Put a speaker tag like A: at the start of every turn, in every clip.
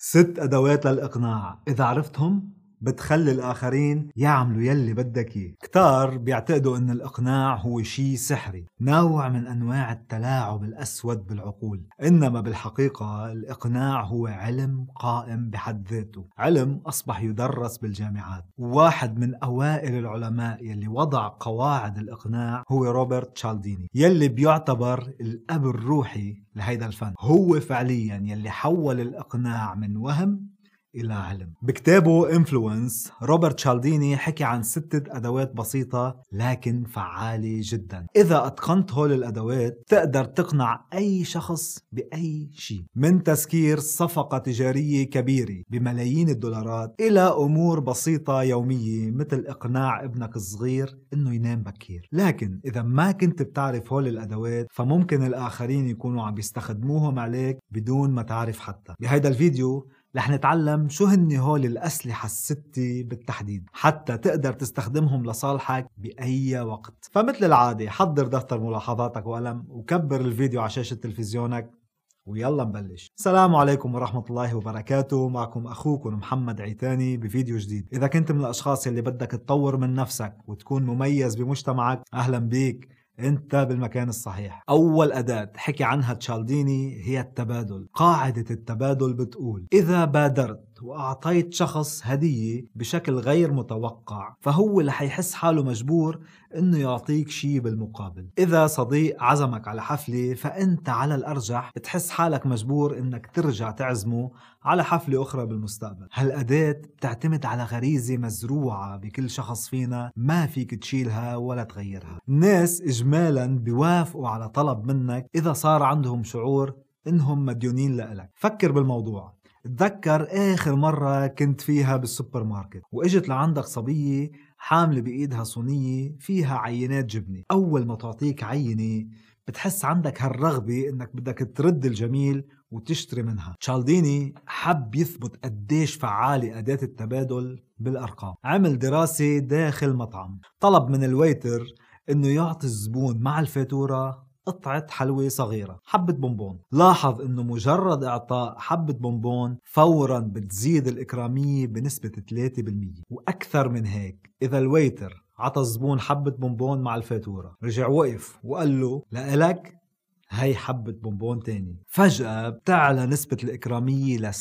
A: 6 أدوات للإقناع إذا عرفتهم بتخلي الآخرين يعملوا يلي بدك إياه. كتار بيعتقدوا إن الإقناع هو شي سحري، نوع من أنواع التلاعب الأسود بالعقول. إنما بالحقيقة الإقناع هو علم قائم بحد ذاته، علم أصبح يدرس بالجامعات. وواحد من أوائل العلماء يلي وضع قواعد الإقناع هو روبرت تشالديني، يلي بيعتبر الأب الروحي لهيدا الفن. هو فعليا يلي حول الإقناع من وهم إلى علم. بكتابه إنفلونس روبرت تشالديني حكي عن 6 أدوات بسيطة لكن فعالة جدا. إذا أتقنت هول الأدوات تقدر تقنع أي شخص بأي شيء، من تسكير صفقة تجارية كبيرة بملايين الدولارات إلى أمور بسيطة يومية مثل إقناع ابنك الصغير إنه ينام بكير. لكن إذا ما كنت بتعرف هول الأدوات فممكن الآخرين يكونوا عم بيستخدموهم عليك بدون ما تعرف حتى. بهيدا الفيديو رح نتعلم شو هن هول الأسلحة الستة بالتحديد حتى تقدر تستخدمهم لصالحك بأي وقت. فمثل العادة حضر دفتر ملاحظاتك وقلم وكبر الفيديو على شاشة تلفزيونك ويلا نبلش. السلام عليكم ورحمة الله وبركاته، معكم أخوكم محمد عيتاني بفيديو جديد. إذا كنت من الأشخاص اللي بدك تطور من نفسك وتكون مميز بمجتمعك أهلا بيك، انت بالمكان الصحيح. اول اداة حكي عنها تشالديني هي التبادل. قاعدة التبادل بتقول اذا بادرت واعطيت شخص هدية بشكل غير متوقع فهو رح يحس حاله مجبور انه يعطيك شيء بالمقابل. اذا صديق عزمك على حفلة فانت على الارجح بتحس حالك مجبور انك ترجع تعزمه على حفلة اخرى بالمستقبل. هالاداة بتعتمد على غريزة مزروعة بكل شخص فينا ما فيك تشيلها ولا تغيرها. الناس اجمالا بيوافقوا على طلب منك اذا صار عندهم شعور انهم مديونين لإلك. فكر بالموضوع. تذكر آخر مرة كنت فيها بالسوبر ماركت وإجت لعندك صبية حاملة بإيدها صينية فيها عينات جبنة. أول ما تعطيك عينة بتحس عندك هالرغبة إنك بدك ترد الجميل وتشتري منها. تشالديني حب يثبت قديش فعالة أداة التبادل بالأرقام. عمل دراسة داخل مطعم، طلب من الويتر إنه يعطي الزبون مع الفاتورة قطعة حلوى صغيرة، حبة بونبون. لاحظ انه مجرد اعطاء حبة بونبون فورا بتزيد الإكرامية بنسبة 3%. واكثر من هيك، اذا الويتر عطى الزبون حبة بونبون مع الفاتورة رجع وقف وقال له لإلك هاي حبة بونبون تاني، فجأة بتعلى نسبة الإكرامية ل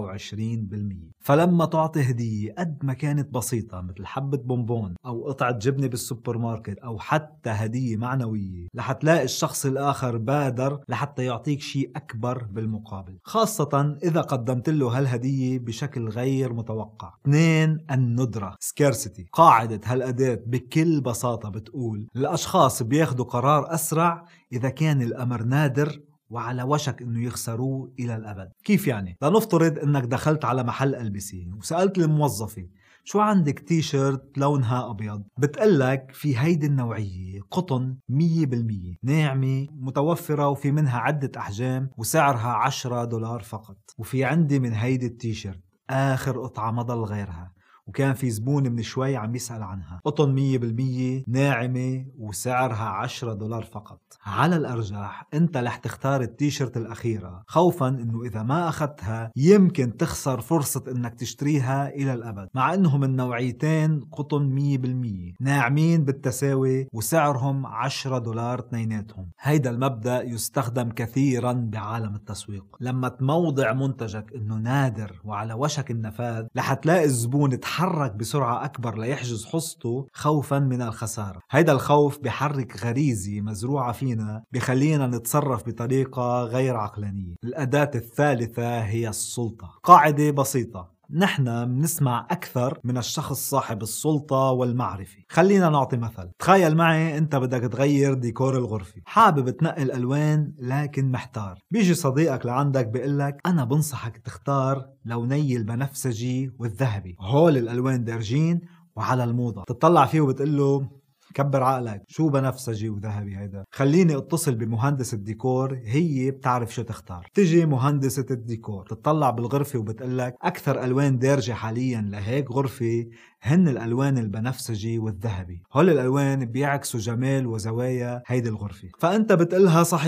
A: 27%. فلما تعطي هدية قد ما كانت بسيطة مثل حبة بونبون أو قطعة جبنة بالسوبر ماركت أو حتى هدية معنوية، رح تلاقي الشخص الآخر بادر لحتى يعطيك شيء أكبر بالمقابل، خاصة إذا قدمت له هالهدية بشكل غير متوقع. 2. الندرة scarcity. قاعدة هالأداة بكل بساطة بتقول الأشخاص بياخدوا قرار أسرع إذا كان الأمر نادر وعلى وشك انه يخسروه الى الابد. كيف يعني؟ لنفترض انك دخلت على محل ألبسة وسألت الموظفة شو عندك تيشيرت لونها ابيض، بتقلك في هيدي النوعية قطن 100% ناعمة متوفرة وفي منها عدة احجام وسعرها $10 فقط، وفي عندي من هيدي التيشيرت اخر قطعة ما ضل غيرها وكان في زبون من شوي عم يسأل عنها، قطن 100% ناعمة وسعرها $10 فقط. على الأرجح أنت رح تختار التيشيرت الأخيرة خوفا أنه إذا ما أخذتها يمكن تخسر فرصة أنك تشتريها إلى الأبد، مع أنهم النوعيتين قطن 100% ناعمين بالتساوي وسعرهم $10 اثنيناتهم. هيدا المبدأ يستخدم كثيرا بعالم التسويق. لما تموضع منتجك أنه نادر وعلى وشك النفاذ رح تلاقي الزبون تحرك بسرعة أكبر ليحجز حصته خوفا من الخسارة. هيدا الخوف بحرك غريزة مزروعة فينا بخلينا نتصرف بطريقة غير عقلانية. الأداة الثالثة هي السلطة. قاعدة بسيطة، نحن بنسمع أكثر من الشخص صاحب السلطة والمعرفة. خلينا نعطي مثل. تخيل معي أنت بدك تغير ديكور الغرفة، حابب تنقل ألوان لكن محتار. بيجي صديقك لعندك بيقلك أنا بنصحك تختار لوني البنفسجي والذهبي، هول الألوان دارجين وعلى الموضة. تطلع فيه وبتقله كبر عقلك، شو بنفسجي وذهبي هيدا؟ خليني اتصل بمهندس الديكور هي بتعرف شو تختار. تجي مهندسة الديكور تطلع بالغرفة وبتقلك أكثر ألوان دارجة حاليا لهيك غرفة هن الألوان البنفسجي والذهبي، هول الألوان بيعكسوا جمال وزوايا هيدي الغرفة. فأنت بتقلها صحيح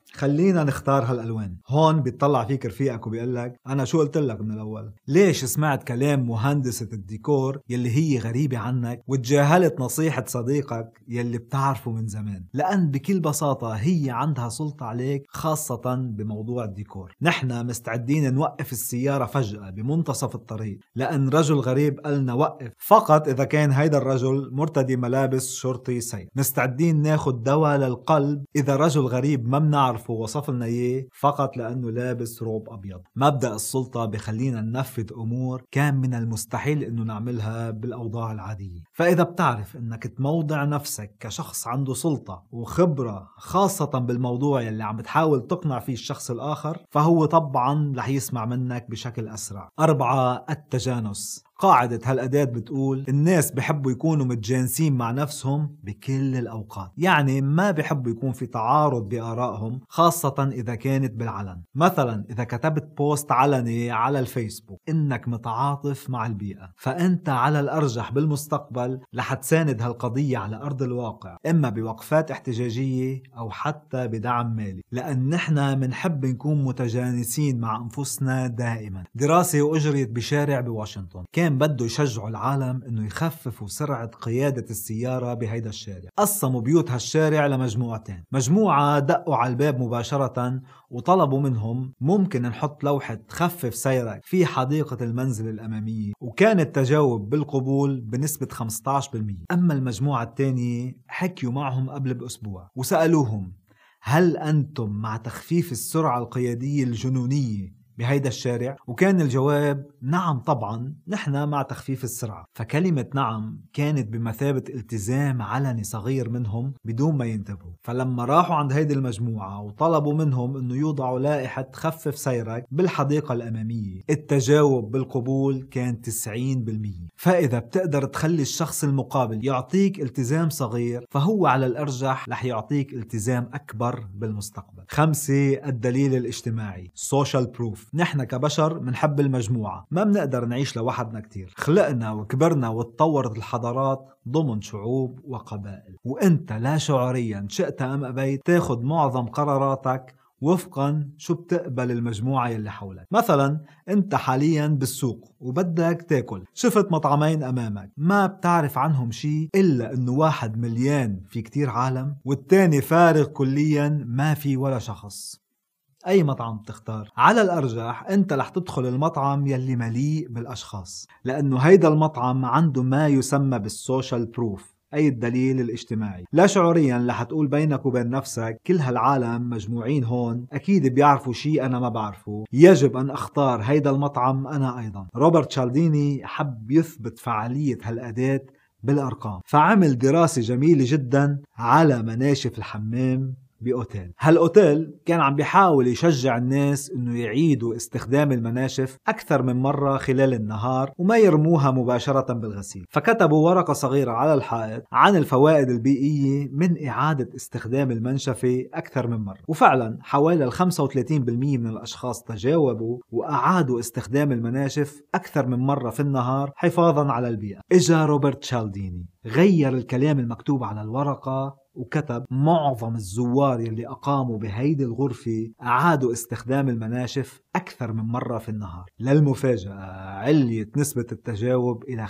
A: خلينا نختار هالألوان. هون بيطلع فيك رفيقك وبيقلك أنا شو قلت لك من الأول؟ ليش سمعت كلام مهندسة الديكور يلي هي غريبة عنك وتجاهلت نصيحة صديقك يلي بتعرفه من زمان؟ لأن بكل بساطة هي عندها سلطة عليك، خاصة بموضوع الديكور. نحن مستعدين نوقف السيارة فجأة بمنتصف الطريق لأن رجل غريب قالنا وقف، فقط إذا كان هيدا الرجل مرتدي ملابس شرطي سيء. مستعدين ناخد دواء للقلب إذا رجل غريب ما بنعرفه وصف لنا إياه فقط لأنه لابس روب أبيض. مبدأ السلطة بخلينا ننفذ أمور كان من المستحيل إنه نعملها بالأوضاع العادية. فإذا بتعرف إنك تموضع نفسك كشخص عنده سلطة وخبرة خاصة بالموضوع يلي عم بتحاول تقنع فيه الشخص الآخر، فهو طبعا رح يسمع منك بشكل أسرع. 4. التجانس. قاعدة هالأداة بتقول الناس بحبوا يكونوا متجانسين مع نفسهم بكل الأوقات، يعني ما بحبوا يكون في تعارض بآرائهم، خاصة إذا كانت بالعلن. مثلا إذا كتبت بوست علني على الفيسبوك إنك متعاطف مع البيئة، فأنت على الأرجح بالمستقبل رح تساند هالقضية على أرض الواقع، إما بوقفات احتجاجية أو حتى بدعم مالي، لأن نحن منحب نكون متجانسين مع أنفسنا دائما. دراسة أجريت بشارع بواشنطن كان بده يشجعوا العالم انه يخففوا سرعة قيادة السيارة بهيدا الشارع. قسموا بيوت هالشارع لمجموعتين، مجموعة دقوا على الباب مباشرة وطلبوا منهم ممكن نحط لوحة خفف سيرك في حديقة المنزل الأمامية، وكان التجاوب بالقبول بنسبة 15%. أما المجموعة الثانية حكيوا معهم قبل بأسبوع وسألوهم هل أنتم مع تخفيف السرعة القيادية الجنونية بهيدا الشارع؟ وكان الجواب نعم طبعا نحن مع تخفيف السرعة. فكلمة نعم كانت بمثابة التزام علني صغير منهم بدون ما ينتبهوا. فلما راحوا عند هيدي المجموعة وطلبوا منهم انه يوضعوا لائحة خفف سيرك بالحديقة الأمامية، التجاوب بالقبول كان 90%. فإذا بتقدر تخلي الشخص المقابل يعطيك التزام صغير، فهو على الأرجح رح يعطيك التزام أكبر بالمستقبل. 5. الدليل الاجتماعي social proof. نحن كبشر منحب المجموعة، ما بنقدر نعيش لوحدنا كتير. خلقنا وكبرنا وتطورت الحضارات ضمن شعوب وقبائل، وانت لا شعوريا شئت أم أبيت تاخد معظم قراراتك وفقا شو بتقبل المجموعة يلي حولك. مثلا انت حاليا بالسوق وبدك تاكل، شفت مطعمين امامك ما بتعرف عنهم شي الا انه واحد مليان في كتير عالم والتاني فارغ كليا ما في ولا شخص. أي مطعم بتختار؟ على الأرجح أنت رح تدخل المطعم يلي مليء بالأشخاص، لأنه هيدا المطعم عنده ما يسمى بالسوشيال بروف، أي الدليل الاجتماعي. لا شعوريا رح تقول بينك وبين نفسك كل هالعالم مجموعين هون أكيد بيعرفوا شيء أنا ما بعرفه، يجب أن أختار هيدا المطعم أنا أيضا. روبرت تشالديني حب يثبت فعالية هالأداة بالأرقام، فعمل دراسة جميلة جدا على مناشف الحمام بأوتيل. هالأوتيل كان عم بيحاول يشجع الناس انه يعيدوا استخدام المناشف اكثر من مرة خلال النهار وما يرموها مباشرة بالغسيل. فكتبوا ورقة صغيرة على الحائط عن الفوائد البيئية من اعادة استخدام المنشفة اكثر من مرة، وفعلا حوالي 35% من الاشخاص تجاوبوا واعادوا استخدام المناشف اكثر من مرة في النهار حفاظا على البيئة. اجا روبرت تشالديني غير الكلام المكتوب على الورقة وكتب معظم الزوار يلي أقاموا بهيدي الغرفة أعادوا استخدام المناشف أكثر من مرة في النهار. للمفاجأة عليت نسبة التجاوب إلى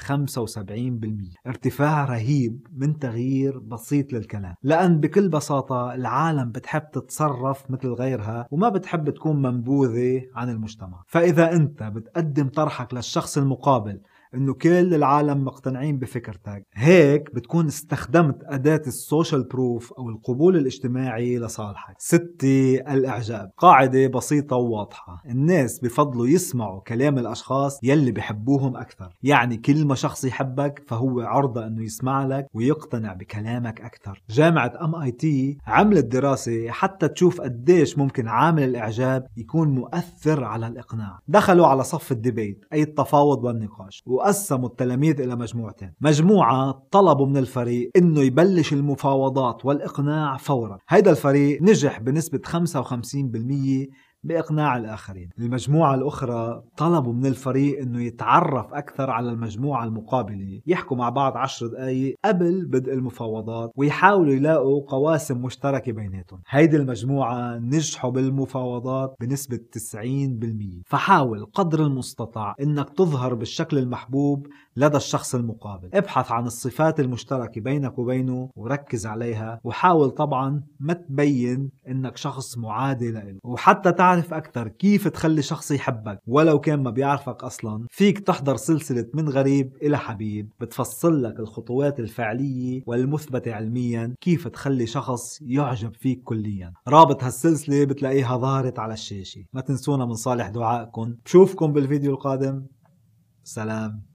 A: 75%، ارتفاع رهيب من تغيير بسيط للكلام. لأن بكل بساطة العالم بتحب تتصرف مثل غيرها وما بتحب تكون منبوذة عن المجتمع. فإذا أنت بتقدم طرحك للشخص المقابل انه كل العالم مقتنعين بفكرتك، هيك بتكون استخدمت اداة السوشيال بروف او القبول الاجتماعي لصالحك. 6. الاعجاب. قاعدة بسيطة وواضحة، الناس بفضلوا يسمعوا كلام الاشخاص يلي بحبوهم اكثر، يعني كل ما شخص يحبك فهو عرضة انه يسمع لك ويقتنع بكلامك اكثر. جامعة MIT عملت دراسة حتى تشوف قديش ممكن عامل الاعجاب يكون مؤثر على الاقناع. دخلوا على صف الديبيت اي التفاوض والنقاش، وقسموا التلاميذ إلى مجموعتين. مجموعة طلبوا من الفريق إنه يبلش المفاوضات والإقناع فورا. هيدا الفريق نجح بنسبة 55% بإقناع الآخرين. المجموعة الأخرى طلبوا من الفريق إنه يتعرف أكثر على المجموعة المقابلة، يحكوا مع بعض 10 دقايق قبل بدء المفاوضات ويحاولوا يلاقوا قواسم مشتركة بيناتهم. هيدي المجموعة نجحوا بالمفاوضات بنسبة 90%. فحاول قدر المستطاع إنك تظهر بالشكل المحبوب لدى الشخص المقابل. ابحث عن الصفات المشتركة بينك وبينه وركز عليها، وحاول طبعا ما تبين إنك شخص معادي له. وحتى تعرف أكثر كيف تخلي شخص يحبك ولو كان ما بيعرفك أصلا، فيك تحضر سلسلة من غريب إلى حبيب بتفصل لك الخطوات الفعلية والمثبتة علميا كيف تخلي شخص يعجب فيك كليا. رابط هالسلسلة بتلاقيها ظاهرت على الشاشة. ما تنسونا من صالح دعائكم. بشوفكم بالفيديو القادم. سلام.